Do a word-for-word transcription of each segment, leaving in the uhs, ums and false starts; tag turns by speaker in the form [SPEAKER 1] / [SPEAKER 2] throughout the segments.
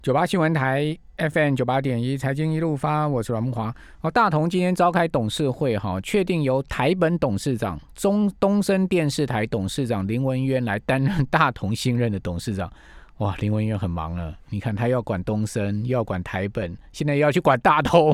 [SPEAKER 1] 九八新闻台 F M 九八点一财经一路发，我是阮慕骅。哦，大同今天召开董事会哈，确定由台本董事长、中东森电视台董事长林文渊来担任大同新任的董事长。哇，林文渊很忙了，你看他要管东森，又要管台本，现在又要去管大同，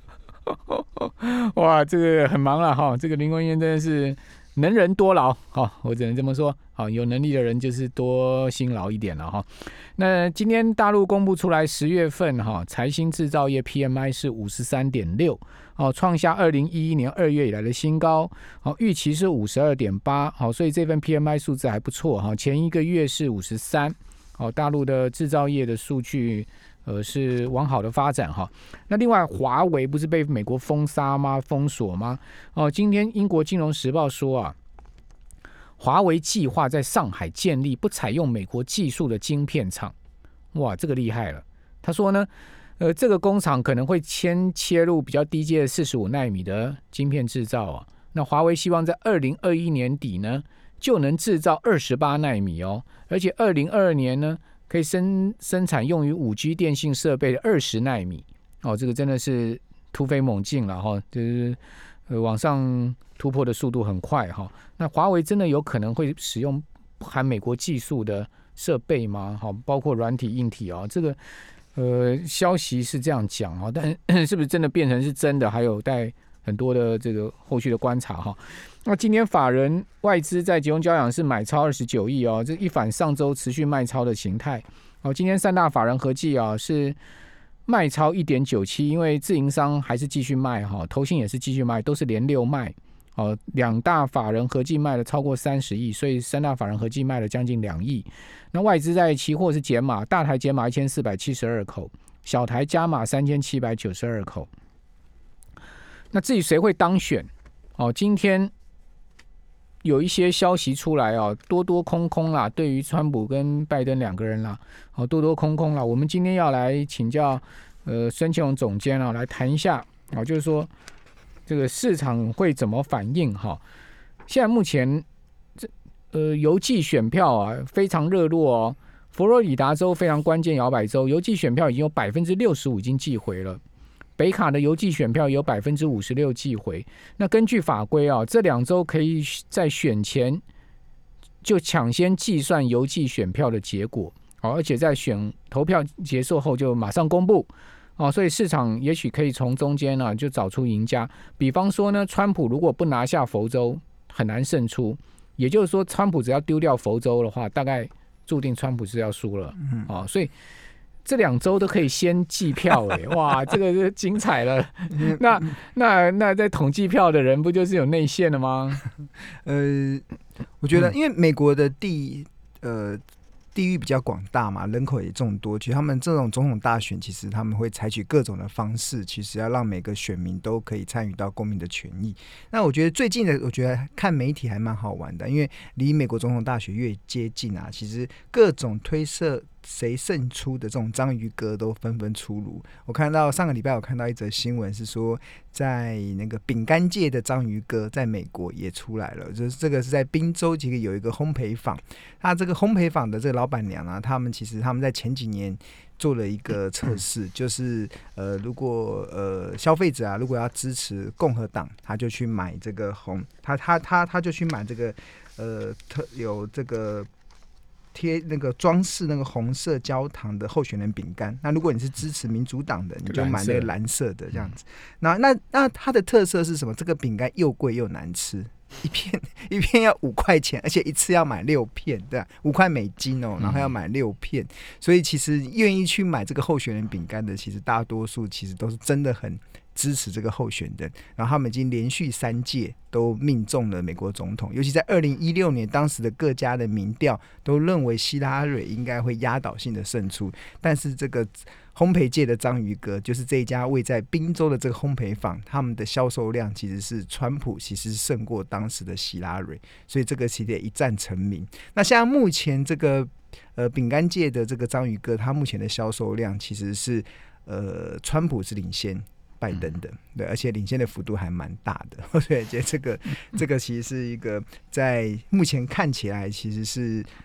[SPEAKER 1] 哇，这个很忙了哈。这个林文渊真的是能人多劳，好，我只能这么说。好，有能力的人就是多辛劳一点了哈。那今天大陆公布出来十月份哈财新制造业 P M I 是 五十三点六， 哦，创下二零一一年二月以来的新高，哦，预期是 五十二点八， 好，所以这份 P M I 数字还不错哈。前一个月是五十三，哦，大陆的制造业的数据呃是往好的发展哈。那另外华为不是被美国封杀吗？封锁吗？哦，今天英国金融时报说啊，华为计划在上海建立不采用美国技术的晶片厂。哇，这个厉害了。他说呢，呃，这个工厂可能会先切入比较低阶的四十五奈米的晶片制造啊。那华为希望在二零二一年底呢就能制造二十八奈米哦，而且二零二二年呢可以 生, 生产用于 五 G 电信设备的二十奈米哦，这个真的是突飞猛进了哈，就是呃往上突破的速度很快哈。那华为真的有可能会使用含美国技术的设备吗？好，包括软体、硬体啊，这个呃消息是这样讲啊，但是不是真的变成是真的，还有待很多的这个后续的观察哈。那今天法人外资在集中交易场是买超二十九亿哦，这一反上周持续卖超的形态。哦，今天三大法人合计啊是卖超 一点九七， 因为自营商还是继续卖哈，投信也是继续卖，都是连六卖。哦，两大法人合计卖了超过三十亿，所以三大法人合计卖了将近两亿。那外资在期货是减码，大台减码一千四百七十二口，小台加码三千七百九十二口。那至于谁会当选？哦，今天有一些消息出来哦，多多空空啦，对于川普跟拜登两个人啦，哦，多多空空啦。我们今天要来请教呃孙庆荣总监啊，来谈一下啊、哦，就是说。这个市场会怎么反应哈？现在目前这呃邮寄选票啊非常热络哦，佛罗里达州非常关键摇摆州，邮寄选票已经有百分之六十五已经寄回了，北卡的邮寄选票有百分之五十六寄回。那根据法规啊，这两州可以在选前就抢先计算邮寄选票的结果，而且在选投票结束后就马上公布。哦，所以市场也许可以从中间呢、啊、就找出赢家。比方说呢，川普如果不拿下佛州，很难胜出。也就是说，川普只要丢掉佛州的话，大概注定川普是要输了。嗯，哦，所以这两州都可以先计票哎，哇，这个是精彩了。那那那在统计票的人不就是有内线了吗？
[SPEAKER 2] 呃，我觉得因为美国的地呃。地域比较广大嘛，人口也众多，其实他们这种总统大选，其实他们会采取各种的方式，其实要让每个选民都可以参与到公民的权益。那我觉得最近的，我觉得看媒体还蛮好玩的，因为离美国总统大选越接近啊，其实各种推测谁胜出的这种章鱼哥都纷纷出炉。我看到上个礼拜我看到一则新闻是说，在那个饼干界的章鱼哥在美国也出来了，就是这个是在宾州这个有一个烘焙坊，他这个烘焙坊的这个老板娘啊，他们其实他们在前几年做了一个测试，就是呃，如果呃消费者啊，如果要支持共和党，他就去买这个红，他他他他就去买这个呃特有这个。贴那个装饰那个红色焦糖的候选人饼干，那如果你是支持民主党的，你就买那个蓝色的这样子。那那那它的特色是什么？这个饼干又贵又难吃，一片一片要五块钱，而且一次要买六片，对吧？五块美金哦，然后要买六片，所以其实愿意去买这个候选人饼干的，其实大多数其实都是真的很支持这个候选人，然后他们已经连续三届都命中了美国总统，尤其在二零一六年，当时的各家的民调都认为希拉蕊应该会压倒性的胜出，但是这个烘焙界的章鱼哥，就是这一家位在宾州的这个烘焙坊，他们的销售量其实是川普其实胜过当时的希拉蕊，所以这个其实也一战成名。那像目前这个呃饼干界的这个章鱼哥，他目前的销售量其实是呃川普是领先拜登的，对，而且领先的幅度还蛮大的，所以觉得这个这个其实是一个在目前看起来其实是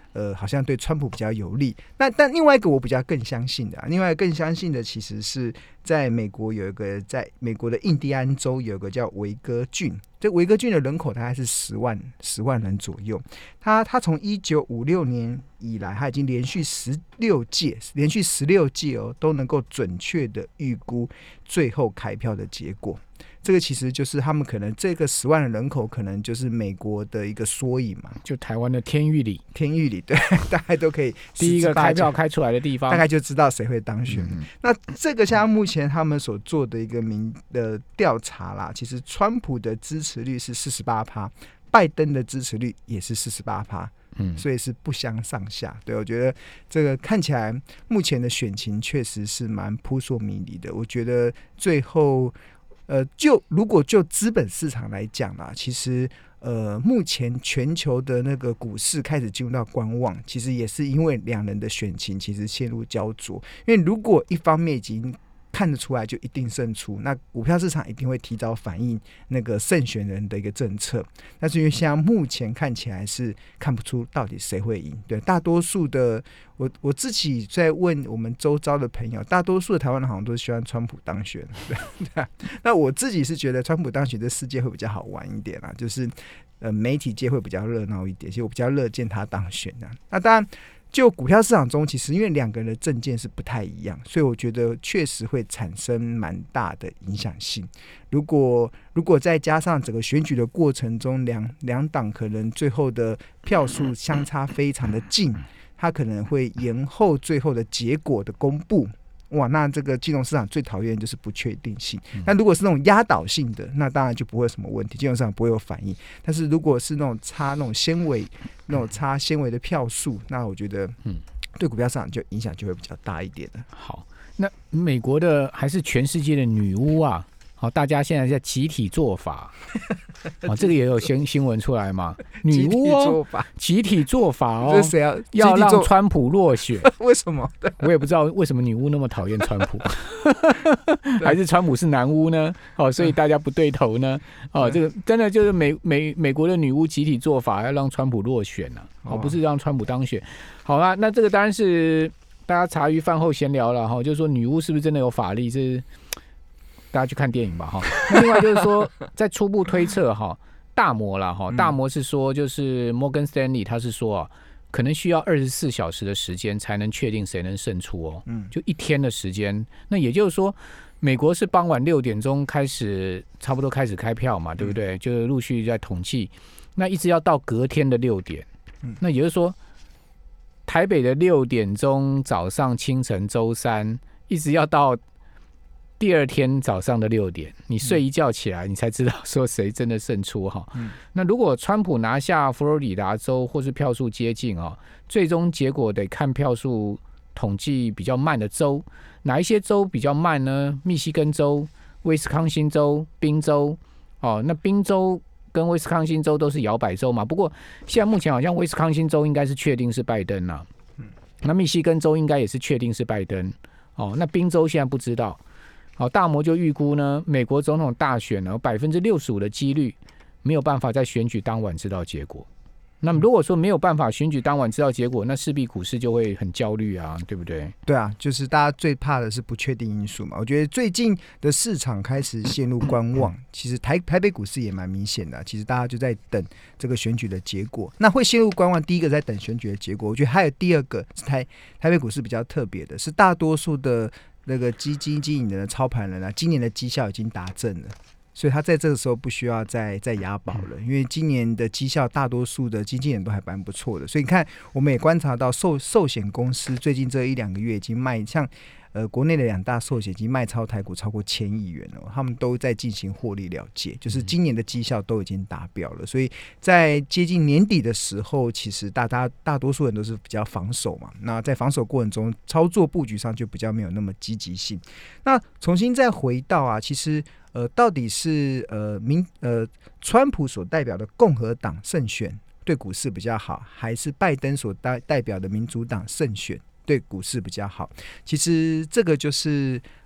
[SPEAKER 2] 呃，好像对川普比较有利。那但另外一个我比较更相信的、啊，另外更相信的其实是在美国有一个，在美国的印第安州有一个叫维戈郡，这维戈郡的人口大概是十万十万人左右。他他从一九五六年以来，他已经连续十六届，连续十六届哦，都能够准确的预估最后开票的结果。这个其实就是他们可能这个十万的人口，可能就是美国的一个缩影嘛，
[SPEAKER 1] 就台湾的天玉里，
[SPEAKER 2] 天玉里，对，大概都可以
[SPEAKER 1] 第一个开票开出来的地方，
[SPEAKER 2] 大概就知道谁会当选。嗯、那这个像目前他们所做的一个民的调查啦，其实川普的支持率是四十八趴，拜登的支持率也是四十八趴。嗯，所以是不相上下。对，我觉得这个看起来目前的选情确实是蛮扑朔迷离的。我觉得最后。呃，就如果就资本市场来讲啦，其实呃，目前全球的那个股市开始进入到观望，其实也是因为两人的选情其实陷入焦灼。因为如果一方面已经看得出来就一定胜出，那股票市场一定会提早反映那个胜选人的一个政策。但是因为现在目前看起来是看不出到底谁会赢，对，大多数的我我自己在问我们周遭的朋友，大多数的台湾人好像都是希望川普当选，对对。那我自己是觉得川普当选这世界会比较好玩一点啦，就是呃媒体界会比较热闹一点，其实我比较乐见他当选的。那当然。就股票市场中，其实因为两个人的政见是不太一样，所以我觉得确实会产生蛮大的影响性。如果如果再加上整个选举的过程中，两两党可能最后的票数相差非常的近，它可能会延后最后的结果的公布。哇，那这个金融市场最讨厌就是不确定性。那如果是那种压倒性的，那当然就不会有什么问题，金融市场不会有反应。但是如果是那种差那种纤维、那种差纤维的票数，那我觉得，对股票市场就影响就会比较大一点了。
[SPEAKER 1] 好，那美国的还是全世界的女巫啊？好，大家现在在集体做法，哦，这个也有新新闻出来嘛？女巫哦，集体做法哦，
[SPEAKER 2] 谁要
[SPEAKER 1] 要让川普落选？
[SPEAKER 2] 为什么？
[SPEAKER 1] 我也不知道为什么女巫那么讨厌川普，还是川普是男巫呢？哦，所以大家不对头呢？哦，这个真的就是美美美国的女巫集体做法，要让川普落选啊，哦，不是让川普当选。好啦，那这个当然是大家茶余饭后闲聊了哈，就是说女巫是不是真的有法力？是。大家去看电影吧哈。那另外就是说，在初步推测哈，大摩啦哈，大摩是说就是摩根斯丹利，他是说啊，可能需要二十四小时的时间才能确定谁能胜出哦，嗯，就一天的时间。那也就是说，美国是傍晚六点钟开始，差不多开始开票嘛，对不对？就是陆续在统计，那一直要到隔天的六点，那也就是说，台北的六点钟早上清晨周三，一直要到。第二天早上的六点，你睡一觉起来，你才知道说谁真的胜出哈。嗯、那如果川普拿下佛罗里达州，或是票数接近啊，最终结果得看票数统计比较慢的州，哪一些州比较慢呢？密西根州、威斯康星州、宾州哦，那宾州跟威斯康星州都是摇摆州嘛。不过现在目前好像威斯康星州应该是确定是拜登啦、啊，嗯、那密西根州应该也是确定是拜登哦。那宾州现在不知道。好，大摩就预估呢，美国总统大选呢，百分之六十五的几率没有办法在选举当晚知道结果。那么如果说没有办法选举当晚知道结果，那势必股市就会很焦虑啊，对不对？
[SPEAKER 2] 对啊，就是大家最怕的是不确定因素嘛。我觉得最近的市场开始陷入观望，其实台台北股市也蛮明显的，其实大家就在等这个选举的结果。那会陷入观望，第一个在等选举的结果，我觉得还有第二个是台台北股市比较特别的，是大多数的。那个基金经营人的操盘人啊，今年的绩效已经达阵了，所以他在这个时候不需要再再押宝了，因为今年的绩效大多数的基金人都还蛮不错的，所以你看，我们也观察到寿寿险公司最近这一两个月已经卖像。呃，国内的两大寿险已经卖超台股超过千亿元了，他们都在进行获利了结，就是今年的绩效都已经达标了，所以在接近年底的时候，其实大大大多数人都是比较防守嘛，那在防守过程中，操作布局上就比较没有那么积极性。那重新再回到啊，其实呃，到底是呃民呃川普所代表的共和党胜选对股市比较好，还是拜登所代代表的民主党胜选？对股市比较好，其实这个就是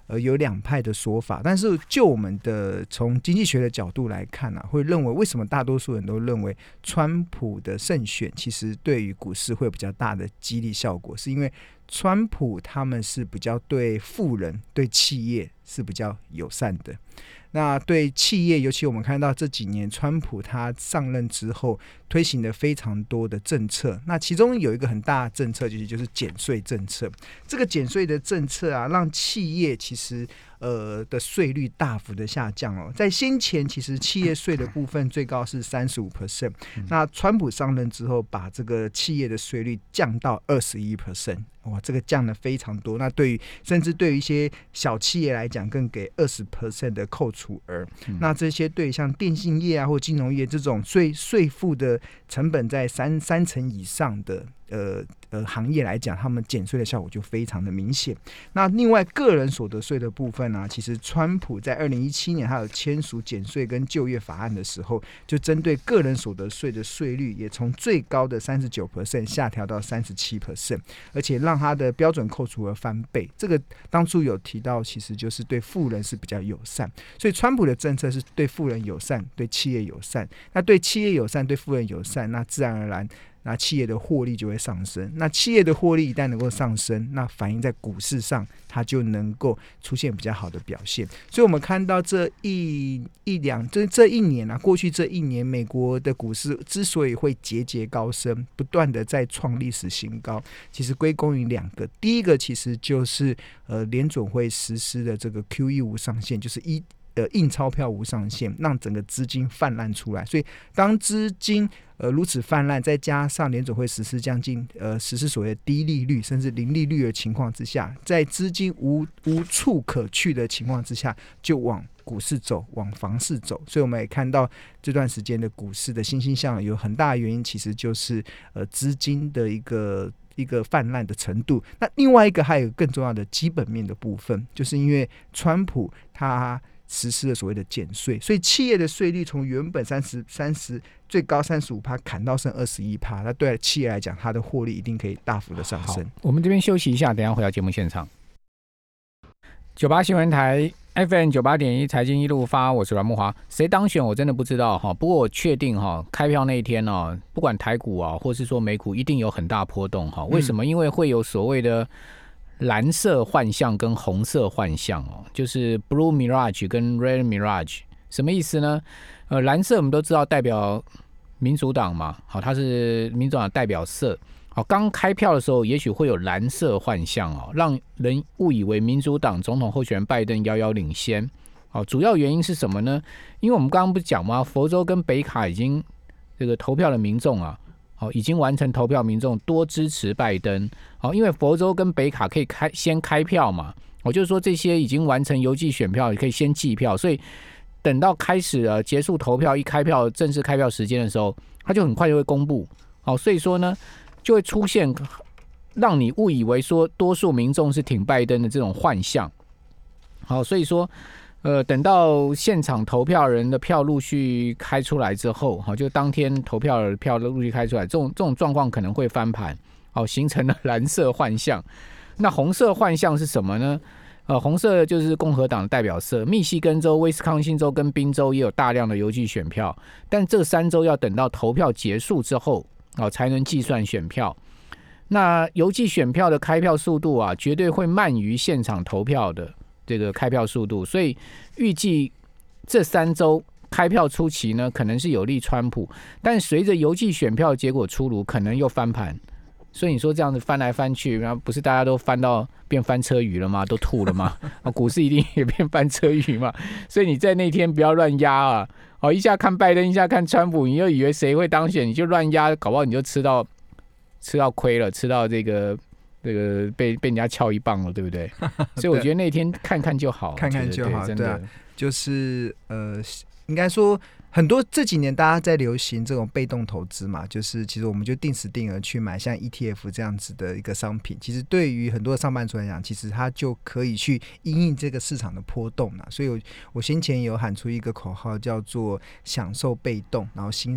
[SPEAKER 2] 呃，有两派的说法，但是就我们的从经济学的角度来看啊，会认为为什么大多数人都认为川普的胜选其实对于股市会有比较大的激励效果，是因为川普他们是比较对富人、对企业是比较友善的。那对企业，尤其我们看到这几年川普他上任之后推行了非常多的政策，那其中有一个很大的政策就是就是减税政策。这个减税的政策啊，让企业其实呃的税率大幅的下降哦。在先前其实企业税的部分最高是 百分之三十五， 那川普上任之后把这个企业的税率降到 百分之二十一，哇，这个降了非常多。那对于甚至对于一些小企业来讲，更给 百分之二十 的扣除额。嗯、那这些对像电信业啊或金融业这种税税负的成本在三三成以上的呃呃行业来讲，他们减税的效果就非常的明显。那另外个人所得税的部分呢、啊，其实川普在二零一七年还有签署减税跟就业法案的时候，就针对个人所得税的税率也从最高的 百分之三十九 下调到 百分之三十七， 而且让它的标准扣除额翻倍。这个当初有提到，其实就是对富人是比较友善，所以川普的政策是对富人友善，对企业友善。那对企业友善，对富人友善，那自然而然那企业的获利就会上升。那企业的获利一旦能够上升，那反映在股市上，它就能够出现比较好的表现。所以我们看到这一一两这这一年啊，过去这一年，美国的股市之所以会节节高升，不断的在创历史新高，其实归功于两个。第一个其实就是呃联准会实施的这个 Q E 无上限，就是一。呃，印钞票无上限，让整个资金泛滥出来。所以，当资金呃如此泛滥，再加上联准会实施将近呃实施所谓的低利率甚至零利率的情况之下，在资金无无处可去的情况之下，就往股市走，往房市走。所以我们也看到这段时间的股市的欣欣向荣，有很大的原因其实就是呃资金的一个。一个泛滥的程度。那另外一个还有更重要的基本面的部分，就是因为川普他实施了所谓的减税，所以企业的税率从原本三十三十最高 百分之三十五 砍到剩 百分之二十一， 那对企业来讲，它的获利一定可以大幅的上升。
[SPEAKER 1] 我们这边休息一下，等一下回到节目现场。九八新闻台 F M 九八点一财经一路发，我是阮慕骅。谁当选我真的不知道哈，不过我确定哈，开票那一天哦，不管台股啊，或是说美股，一定有很大波动哈。为什么？因为会有所谓的蓝色幻象跟红色幻象哦，就是 Blue Mirage 跟 Red Mirage， 什么意思呢？呃，蓝色我们都知道代表民主党嘛，好，它是民主党代表色。好，刚开票的时候，也许会有蓝色幻象哦，让人误以为民主党总统候选人拜登遥遥领先。好，主要原因是什么呢？因为我们刚刚不是讲吗？佛州跟北卡已经这个投票的民众啊，好，已经完成投票，民众多支持拜登。好，因为佛州跟北卡可以开先开票嘛，我就是说这些已经完成邮寄选票，也可以先计票，所以等到开始呃结束投票，一开票正式开票时间的时候，它就很快就会公布。好，所以说呢，就会出现让你误以为说多数民众是挺拜登的这种幻象。好，所以说呃，等到现场投票人的票陆续开出来之后，好，就当天投票的票陆续开出来，这种这种状况可能会翻盘，好，形成了蓝色幻象。那红色幻象是什么呢？呃，红色就是共和党的代表色，密西根州、威斯康星州跟宾州也有大量的邮寄选票，但这三州要等到投票结束之后，哦，才能计算选票。那邮寄选票的开票速度啊，绝对会慢于现场投票的这个开票速度，所以预计这三周开票初期呢，可能是有利川普，但随着邮寄选票结果出炉，可能又翻盘。所以你说这样子翻来翻去，然后不是大家都翻到变翻车鱼了吗？都吐了吗？股市一定也变翻车鱼嘛。所以你在那天不要乱压啊！哦，一下看拜登，一下看川普，你又以为谁会当选，你就乱压，搞不好你就吃到吃到亏了，吃到这个这个被被人家撬一棒了，对不对？所以我觉得那天看看就好，
[SPEAKER 2] 看看就好，
[SPEAKER 1] 对，真的、
[SPEAKER 2] 对啊、就是呃，应该说。很多这几年大家在流行这种被动投资嘛，就是其实我们就定时定额去买像 E T F 这样子的一个商品，其实对于很多上班族来讲，其实它就可以去因应这个市场的波动啦。所以我我先前有喊出一个口号叫做享受被动，然后欣赏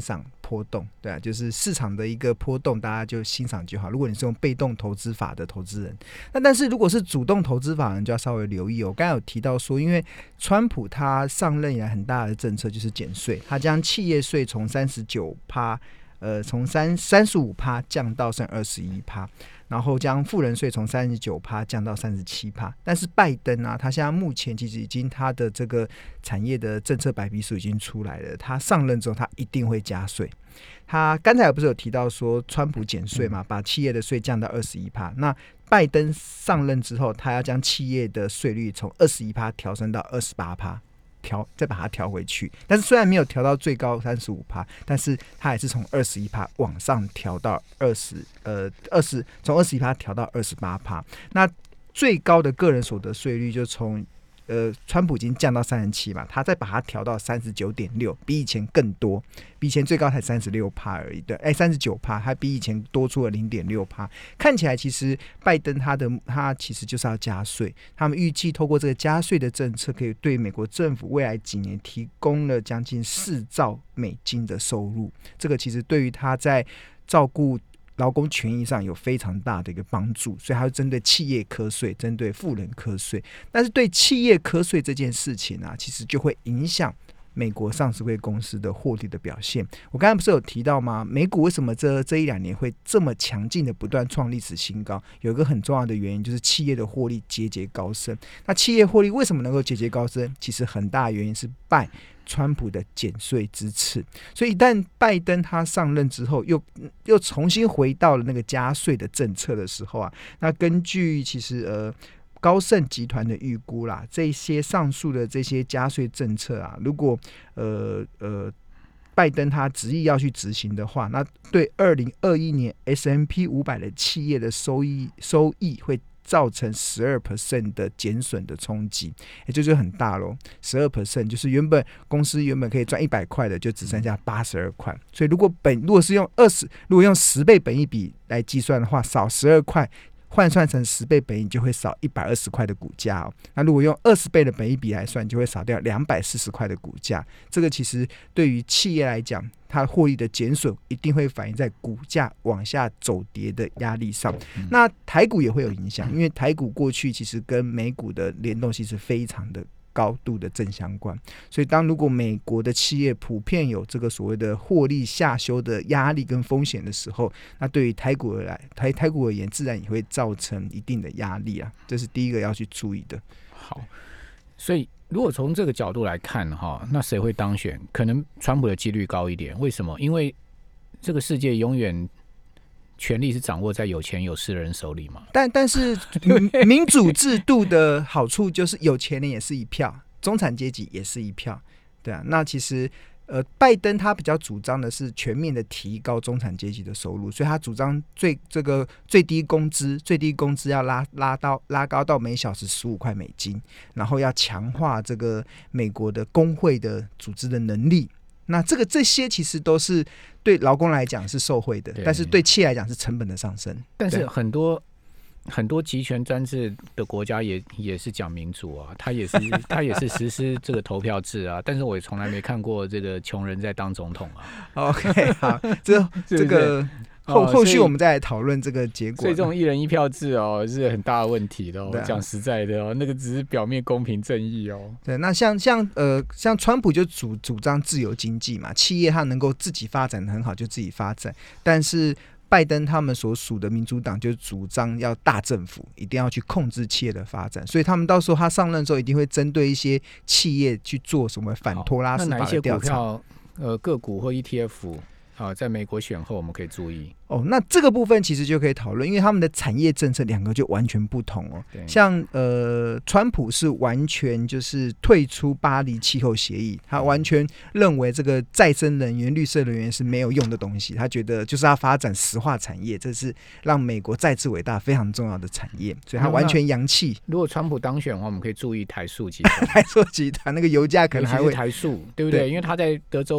[SPEAKER 2] 波动，对啊，就是市场的一个波动，大家就欣赏就好。如果你是用被动投资法的投资人，那但是如果是主动投资法人，就要稍微留意哦。我刚才有提到说，因为川普他上任以来很大的政策就是减税，他将企业税从三十九趴，呃，从三三十五趴降到剩二十一趴。然后将富人税从三十九趴降到三十七趴，但是拜登啊，他现在目前其实已经他的这个产业的政策白皮书已经出来了，他上任之后他一定会加税。他刚才不是有提到说川普减税嘛，把企业的税降到二十一趴，那拜登上任之后，他要将企业的税率从二十一趴调升到二十八趴。调再把它调回去，但是虽然没有调到最高三十五趴，但是它也是从二十一趴往上调到二十呃二十，从二十一趴调到二十八趴。那最高的个人所得税率就从呃川普已经降到三十七嘛，他再把它调到三十九点六，比以前更多，比以前最高才三十六趴而已，对，哎，三十九趴，还比以前多出了零点六趴。看起来其实拜登他的他其实就是要加税，他们预计透过这个加税的政策，可以对美国政府未来几年提供了将近四兆美金的收入。这个其实对于他在照顾劳工权益上有非常大的一个帮助，所以他会针对企业课税，针对富人课税。但是对企业课税这件事情啊，其实就会影响美国上市柜公司的获利的表现。我刚才不是有提到吗？美股为什么这这一两年会这么强劲的不断创历史新高？有一个很重要的原因就是企业的获利节节高升。那企业获利为什么能够节节高升？其实很大的原因是拜川普的减税之赐，所以一旦拜登他上任之后又又重新回到了那个加税的政策的时候啊，那根据其实呃高盛集团的预估啦，这些上述的这些加税政策啊，如果呃呃拜登他执意要去执行的话，那对二零二一年 S and P 五百 的企业的收益收益会造成 百分之十二 的减损的冲击，也就是很大咯， 百分之十二 就是原本公司原本可以赚一百块的，就只剩下八十二块。所以如果本如果是用二十，如果用十倍本益比来计算的话，少十二块，换算成十倍本益就会少一百二十块的股价哦。那如果用二十倍的本益比来算，就会少掉两百四十块的股价。这个其实对于企业来讲，它获利的减损一定会反映在股价往下走跌的压力上。嗯、那台股也会有影响，因为台股过去其实跟美股的联动性是非常的高度的正相关，所以当如果美国的企业普遍有这个所谓的获利下修的压力跟风险的时候，那对于台股而来台台股而言，自然也会造成一定的压力啊，这是第一个要去注意的。
[SPEAKER 1] 好，所以如果从这个角度来看哈，那谁会当选？可能川普的几率高一点。为什么？因为这个世界永远权力是掌握在有钱有势的人手里嘛。
[SPEAKER 2] 但但是民主制度的好处就是有钱人也是一票，中产阶级也是一票，对啊。那其实呃，拜登他比较主张的是全面的提高中产阶级的收入，所以他主张最这个最低工资，最低工资要拉拉到拉高到每小时十五块美金，然后要强化这个美国的工会的组织的能力。那这个这些其实都是对劳工来讲是受惠的，但是对企业来讲是成本的上升。
[SPEAKER 1] 但是很多很多集权专制的国家也也是讲民主啊，他也是他也是实施这个投票制啊，但是我也从来没看过这个穷人在当总统啊。
[SPEAKER 2] OK， 好，这这个。后后续我们再来讨论这个结果。
[SPEAKER 1] 所以这种一人一票制哦，是很大的问题的哦。讲、啊、实在的哦，那个只是表面公平正义哦。
[SPEAKER 2] 对，那像像呃像川普就主主张自由经济嘛，企业它能够自己发展的很好就自己发展，但是拜登他们所属的民主党就主张要大政府，一定要去控制企业的发展，所以他们到时候他上任之后一定会针对一些企业去做什么反托拉斯法的调查。
[SPEAKER 1] 呃，个股或 E T F。啊，在美国选后我们可以注意
[SPEAKER 2] 哦。那这个部分其实就可以讨论，因为他们的产业政策两个就完全不同哦。像呃，川普是完全就是退出巴黎气候协议，他完全认为这个再生能源、绿色能源是没有用的东西，他觉得就是要发展石化产业，这是让美国再次伟大非常重要的产业，所以他完全扬弃。
[SPEAKER 1] 如果川普当选的话，我们可以注意台塑集团，
[SPEAKER 2] 台塑集团那个油价可能还会
[SPEAKER 1] 台塑，对不对？因为他在德州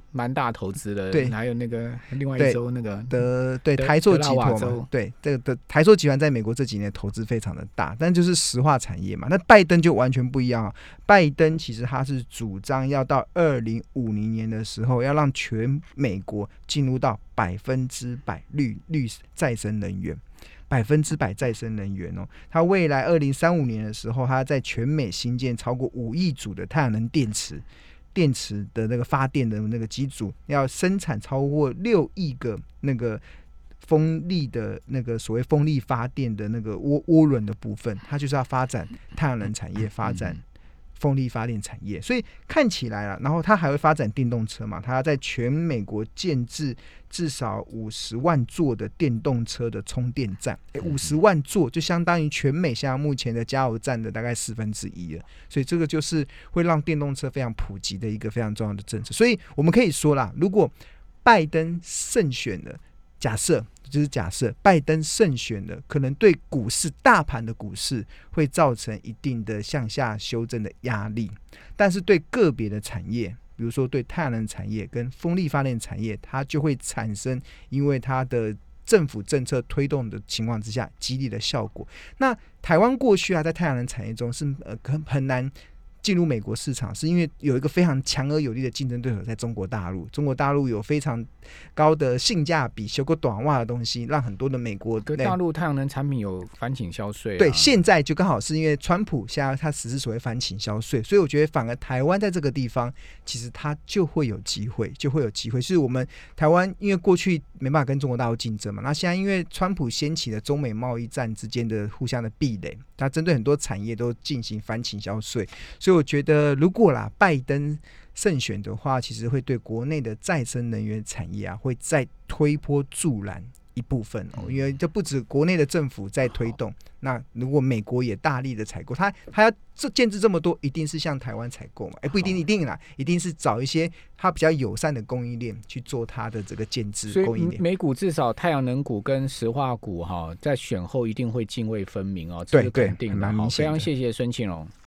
[SPEAKER 1] 蛮大投资的，
[SPEAKER 2] 对，
[SPEAKER 1] 还有那个另外一州那个
[SPEAKER 2] 的对台塑集团嘛，对这个的台塑集团在美国这几年投资非常的大，但就是石化产业嘛。那拜登就完全不一样啊，拜登其实他是主张要到二零五零年的时候，要让全美国进入到百分之百绿绿再生能源。百分之百再生能源哦，它未来二零三五年的时候，它在全美新建超过五亿组的太阳能电池，电池的那个发电的那个机组，要生产超过六亿个那个风力的那个所谓风力发电的那个涡涡轮的部分，它就是要发展太阳能产业，发展风力发电产业，所以看起来了，然后它还会发展电动车嘛？它要在全美国建置至少五十万座的电动车的充电站，五十万座就相当于全美现在目前的加油站的大概四分之一了。所以这个就是会让电动车非常普及的一个非常重要的政策。所以我们可以说啦，如果拜登胜选了，假设就是假设拜登胜选了，可能对股市大盘的股市会造成一定的向下修正的压力，但是对个别的产业，比如说对太阳能产业跟风力发电产业，它就会产生因为它的政府政策推动的情况之下激励的效果。那台湾过去啊，在太阳能产业中是呃很很难进入美国市场，是因为有一个非常强而有力的竞争对手在中国大陆。中国大陆有非常高的性价比、修个短袜的东西，让很多的美国
[SPEAKER 1] 跟大陆太阳能产品有反倾销税、啊。
[SPEAKER 2] 对，现在就刚好是因为川普现在他实施所谓反倾销税，所以我觉得反而台湾在这个地方，其实它就会有机会，就会有机会。就是我们台湾因为过去没办法跟中国大陆竞争嘛，那现在因为川普掀起了中美贸易战之间的互相的壁垒，他针对很多产业都进行反倾销税，所以我觉得如果啦拜登胜选的话，其实会对国内的再生能源产业啊，会再推波助澜一部分哦。因为这不止国内的政府在推动，那如果美国也大力的采购，它它要建制这么多，一定是向台湾采购嘛？哎，不一定，一定啦，一定是找一些它比较友善的供应链去做它的这个建制供应链。
[SPEAKER 1] 所以美股至少太阳能股跟石化股哈，在选后一定会泾渭分明哦，这是肯定的。
[SPEAKER 2] 对对，
[SPEAKER 1] 非常谢谢孙庆龙。